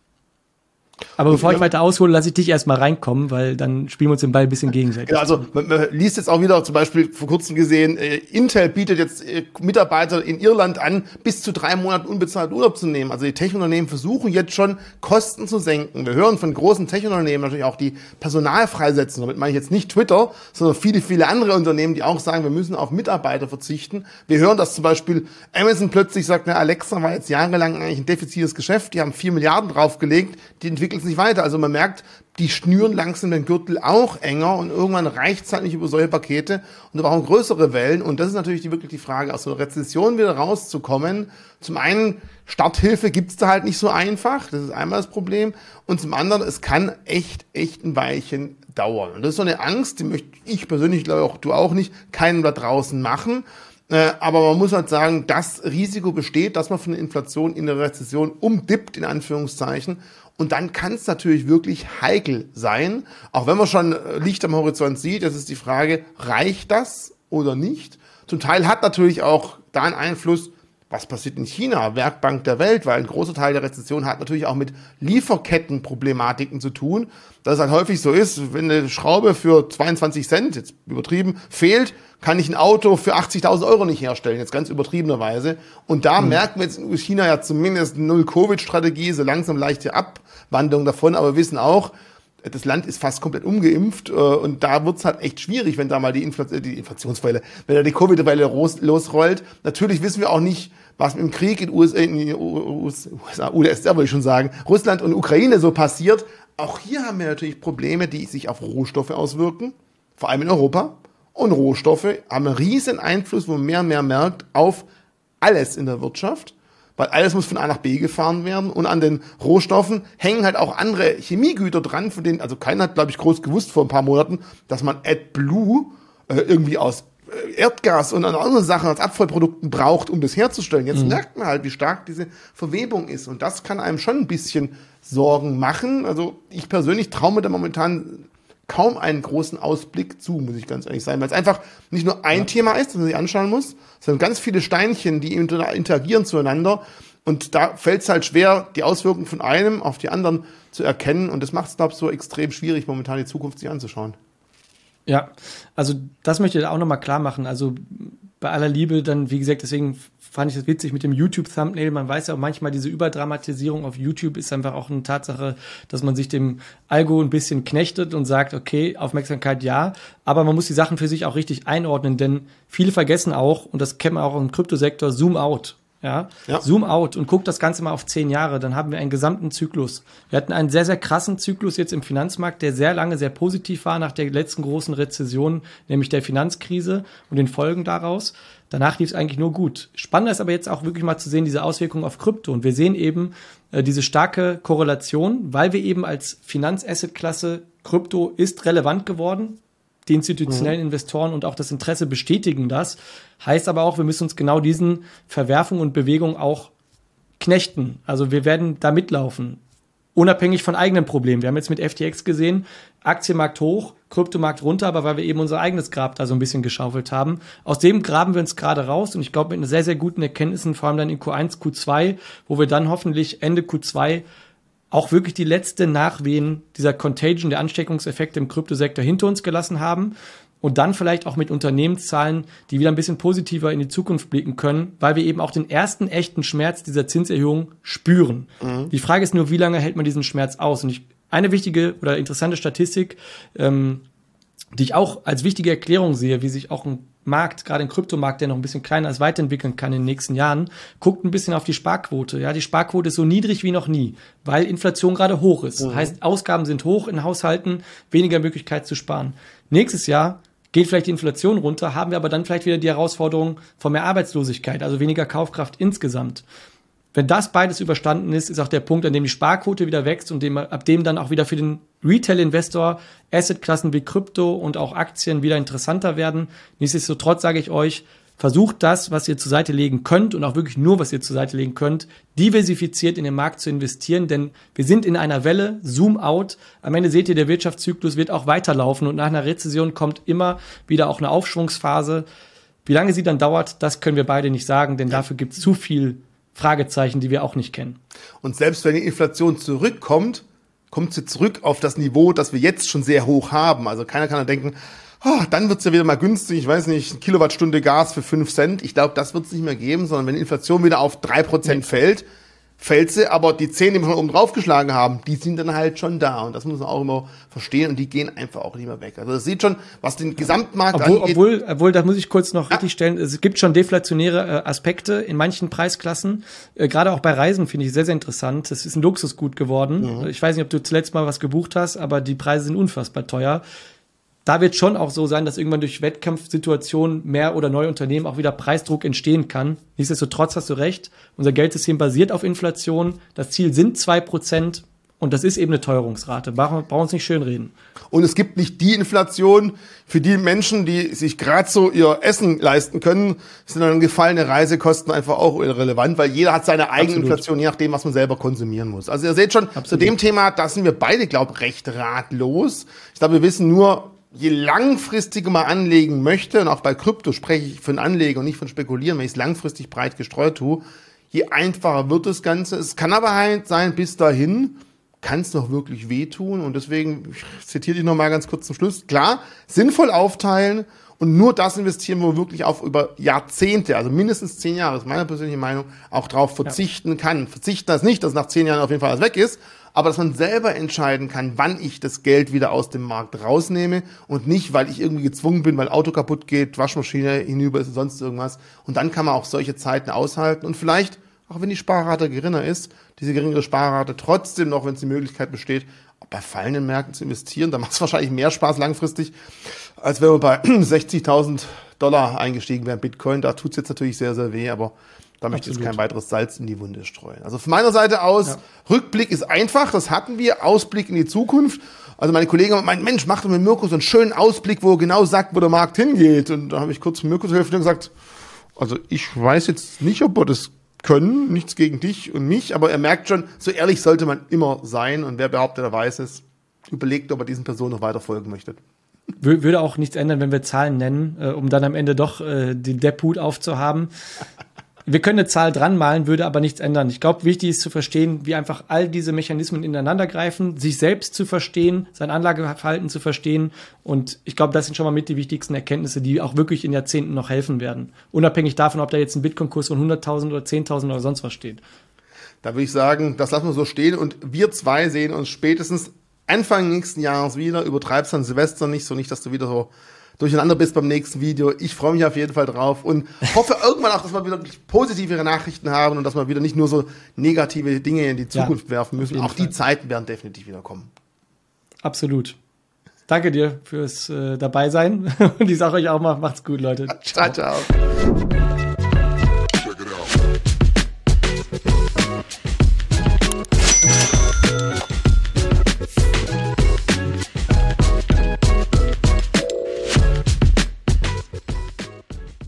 Aber bevor ich weiter aushole, lasse ich dich erstmal reinkommen, weil dann spielen wir uns den Ball ein bisschen gegenseitig. Ja, also man liest jetzt auch wieder, zum Beispiel vor kurzem gesehen, Intel bietet jetzt Mitarbeiter in Irland an, bis zu 3 Monaten unbezahlt Urlaub zu nehmen. Also die Tech-Unternehmen versuchen jetzt schon, Kosten zu senken. Wir hören von großen Tech-Unternehmen natürlich auch, die Personal freisetzen. Damit meine ich jetzt nicht Twitter, sondern viele, viele andere Unternehmen, die auch sagen, wir müssen auf Mitarbeiter verzichten. Wir hören, dass zum Beispiel Amazon plötzlich sagt, na, Alexa war jetzt jahrelang eigentlich ein defizites Geschäft, die haben 4 Milliarden draufgelegt, die entwickeln es nicht weiter. Also man merkt, die schnüren langsam den Gürtel auch enger und irgendwann reicht es halt nicht über solche Pakete und wir brauchen größere Wellen und das ist natürlich wirklich die Frage, aus so einer Rezession wieder rauszukommen. Zum einen, Starthilfe gibt's da halt nicht so einfach, das ist einmal das Problem und zum anderen, es kann echt ein Weilchen dauern. Und das ist so eine Angst, die möchte ich persönlich, glaube ich auch du auch nicht, keinem da draußen machen. Aber man muss halt sagen, das Risiko besteht, dass man von der Inflation in der Rezession umdippt, in Anführungszeichen. Und dann kann es natürlich wirklich heikel sein. Auch wenn man schon Licht am Horizont sieht, das ist die Frage, reicht das oder nicht? Zum Teil hat natürlich auch da einen Einfluss, was passiert in China, Werkbank der Welt, weil ein großer Teil der Rezession hat natürlich auch mit Lieferkettenproblematiken zu tun, dass es halt häufig so ist, wenn eine Schraube für 22 Cent, jetzt übertrieben, fehlt, kann ich ein Auto für 80.000 Euro nicht herstellen, jetzt ganz übertriebenerweise. Und da merken wir jetzt in China ja zumindest Null-Covid-Strategie, so langsam leichte Abwandlung davon, aber wir wissen auch, das Land ist fast komplett umgeimpft und da wird's halt echt schwierig, wenn da mal die Inflationswelle, wenn da die Covid-Welle losrollt. Natürlich wissen wir auch nicht, was mit dem Krieg in USA, würde ich schon sagen, Russland und Ukraine so passiert. Auch hier haben wir natürlich Probleme, die sich auf Rohstoffe auswirken, vor allem in Europa. Und Rohstoffe haben einen riesen Einfluss, wo man mehr und mehr merkt, auf alles in der Wirtschaft. Weil alles muss von A nach B gefahren werden und an den Rohstoffen hängen halt auch andere Chemiegüter dran, von denen, also keiner hat, glaube ich, groß gewusst vor ein paar Monaten, dass man AdBlue irgendwie aus Erdgas und andere Sachen als Abfallprodukten braucht, um das herzustellen. Jetzt merkt man halt, wie stark diese Verwebung ist und das kann einem schon ein bisschen Sorgen machen. Also ich persönlich traue mir da momentan kaum einen großen Ausblick zu, muss ich ganz ehrlich sein, weil es einfach nicht nur ein Thema ist, das man sich anschauen muss, sondern ganz viele Steinchen, die interagieren zueinander und da fällt es halt schwer, die Auswirkungen von einem auf die anderen zu erkennen und das macht es, glaube ich, so extrem schwierig, momentan die Zukunft sich anzuschauen. Ja, also das möchte ich auch nochmal klar machen, also bei aller Liebe dann, wie gesagt, deswegen fand ich das witzig mit dem YouTube-Thumbnail. Man weiß ja auch manchmal, diese Überdramatisierung auf YouTube ist einfach auch eine Tatsache, dass man sich dem Algo ein bisschen knechtet und sagt, okay, Aufmerksamkeit ja, aber man muss die Sachen für sich auch richtig einordnen, denn viele vergessen auch, und das kennt man auch im Kryptosektor, Zoom out. Ja, Zoom out und guckt das Ganze mal auf 10 Jahre, dann haben wir einen gesamten Zyklus. Wir hatten einen sehr, sehr krassen Zyklus jetzt im Finanzmarkt, der sehr lange sehr positiv war nach der letzten großen Rezession, nämlich der Finanzkrise und den Folgen daraus. Danach lief es eigentlich nur gut. Spannend ist aber jetzt auch wirklich mal zu sehen, diese Auswirkungen auf Krypto. Und wir sehen eben diese starke Korrelation, weil wir eben als Finanzassetklasse, Krypto ist relevant geworden. Die institutionellen Investoren und auch das Interesse bestätigen das. Heißt aber auch, wir müssen uns genau diesen Verwerfungen und Bewegungen auch knechten. Also wir werden da mitlaufen, unabhängig von eigenen Problemen. Wir haben jetzt mit FTX gesehen, Aktienmarkt hoch, Kryptomarkt runter, aber weil wir eben unser eigenes Grab da so ein bisschen geschaufelt haben. Aus dem graben wir uns gerade raus und ich glaube mit einer sehr, sehr guten Erkenntnissen, vor allem dann in Q1, Q2, wo wir dann hoffentlich Ende Q2 auch wirklich die letzte Nachwehen dieser Contagion, der Ansteckungseffekte im Kryptosektor hinter uns gelassen haben und dann vielleicht auch mit Unternehmenszahlen, die wieder ein bisschen positiver in die Zukunft blicken können, weil wir eben auch den ersten echten Schmerz dieser Zinserhöhung spüren. Die Frage ist nur, wie lange hält man diesen Schmerz aus? Und eine wichtige oder interessante Statistik, die ich auch als wichtige Erklärung sehe, wie sich auch ein Markt, gerade ein Kryptomarkt, der noch ein bisschen kleiner ist, weiterentwickeln kann in den nächsten Jahren, guckt ein bisschen auf die Sparquote. Ja, die Sparquote ist so niedrig wie noch nie, weil Inflation gerade hoch ist. Heißt, Ausgaben sind hoch in Haushalten, weniger Möglichkeit zu sparen. Nächstes Jahr geht vielleicht die Inflation runter, haben wir aber dann vielleicht wieder die Herausforderung von mehr Arbeitslosigkeit, also weniger Kaufkraft insgesamt. Wenn das beides überstanden ist, ist auch der Punkt, an dem die Sparquote wieder wächst und ab dem dann auch wieder für den Retail-Investor Assetklassen wie Krypto und auch Aktien wieder interessanter werden. Nichtsdestotrotz sage ich euch, versucht das, was ihr zur Seite legen könnt und auch wirklich nur, was ihr zur Seite legen könnt, diversifiziert in den Markt zu investieren, denn wir sind in einer Welle, Zoom out. Am Ende seht ihr, der Wirtschaftszyklus wird auch weiterlaufen und nach einer Rezession kommt immer wieder auch eine Aufschwungsphase. Wie lange sie dann dauert, das können wir beide nicht sagen, denn dafür gibt es zu viel Fragezeichen, die wir auch nicht kennen. Und selbst wenn die Inflation zurückkommt, kommt sie zurück auf das Niveau, das wir jetzt schon sehr hoch haben. Also keiner kann da denken, dann wird's ja wieder mal günstig, ich weiß nicht, eine Kilowattstunde Gas für 5 Cent. Ich glaube, das wird es nicht mehr geben, sondern wenn die Inflation wieder auf 3% fällt sie, aber die 10, die wir schon oben drauf geschlagen haben, die sind dann halt schon da. Und das muss man auch immer verstehen und die gehen einfach auch nicht mehr weg. Also das sieht schon, was den Gesamtmarkt angeht. Obwohl, da muss ich kurz noch richtig stellen, es gibt schon deflationäre Aspekte in manchen Preisklassen. Gerade auch bei Reisen finde ich sehr, sehr interessant. Das ist ein Luxusgut geworden. Ich weiß nicht, ob du zuletzt mal was gebucht hast, aber die Preise sind unfassbar teuer. Da wird schon auch so sein, dass irgendwann durch Wettkampfsituationen mehr oder neue Unternehmen auch wieder Preisdruck entstehen kann. Nichtsdestotrotz hast du recht, unser Geldsystem basiert auf Inflation. Das Ziel sind 2% und das ist eben eine Teuerungsrate. Brauchen wir uns nicht schönreden. Und es gibt nicht die Inflation für die Menschen, die sich gerade so ihr Essen leisten können, sind dann gefallene Reisekosten einfach auch irrelevant, weil jeder hat seine eigene Inflation, je nachdem, was man selber konsumieren muss. Also ihr seht schon, zu dem Thema, da sind wir beide, glaube ich, recht ratlos. Ich glaube, wir wissen nur, je langfristiger man anlegen möchte, und auch bei Krypto spreche ich von Anlegen und nicht von Spekulieren, wenn ich es langfristig breit gestreut tue, je einfacher wird das Ganze. Es kann aber halt sein, bis dahin kann es noch wirklich wehtun. Und deswegen, ich zitiere dich nochmal ganz kurz zum Schluss. Klar, sinnvoll aufteilen und nur das investieren, wo man wirklich auf über Jahrzehnte, also mindestens 10 Jahre, ist meine persönliche Meinung, auch drauf verzichten kann. Verzichten das nicht, dass nach 10 Jahren auf jeden Fall alles weg ist, aber dass man selber entscheiden kann, wann ich das Geld wieder aus dem Markt rausnehme und nicht, weil ich irgendwie gezwungen bin, weil Auto kaputt geht, Waschmaschine hinüber ist und sonst irgendwas. Und dann kann man auch solche Zeiten aushalten und vielleicht, auch wenn die Sparrate geringer ist, diese geringere Sparrate trotzdem noch, wenn es die Möglichkeit besteht, bei fallenden Märkten zu investieren. Da macht es wahrscheinlich mehr Spaß langfristig, als wenn wir bei 60.000 Dollar eingestiegen wären, Bitcoin. Da tut es jetzt natürlich sehr, sehr weh, aber da möchte ich jetzt kein weiteres Salz in die Wunde streuen. Also von meiner Seite aus, Rückblick ist einfach, das hatten wir, Ausblick in die Zukunft. Also meine Kollegen meinten, Mensch, mach doch mit Mirko so einen schönen Ausblick, wo er genau sagt, wo der Markt hingeht. Und da habe ich kurz mit Mirko telefoniert und gesagt, also ich weiß jetzt nicht, ob wir das können, nichts gegen dich und mich, aber er merkt schon, so ehrlich sollte man immer sein und wer behauptet, er weiß es, überlegt, ob er diesen Personen noch weiter folgen möchte. Würde auch nichts ändern, wenn wir Zahlen nennen, um dann am Ende doch den Depp-Hut aufzuhaben. Wir können eine Zahl dran malen, würde aber nichts ändern. Ich glaube, wichtig ist zu verstehen, wie einfach all diese Mechanismen ineinander greifen, sich selbst zu verstehen, sein Anlageverhalten zu verstehen. Und ich glaube, das sind schon mal mit die wichtigsten Erkenntnisse, die auch wirklich in Jahrzehnten noch helfen werden. Unabhängig davon, ob da jetzt ein Bitcoin-Kurs von 100.000 oder 10.000 oder sonst was steht. Da würde ich sagen, das lassen wir so stehen und wir zwei sehen uns spätestens Anfang nächsten Jahres wieder. Übertreib's an Silvester nicht, so nicht, dass du wieder so durcheinander bist beim nächsten Video. Ich freue mich auf jeden Fall drauf und hoffe irgendwann auch, dass wir wieder positivere Nachrichten haben und dass wir wieder nicht nur so negative Dinge in die Zukunft werfen müssen. Auch die Zeiten werden definitiv wieder kommen. Absolut. Danke dir fürs Dabeisein und ich sage euch auch mal, macht's gut, Leute. Ciao, ciao.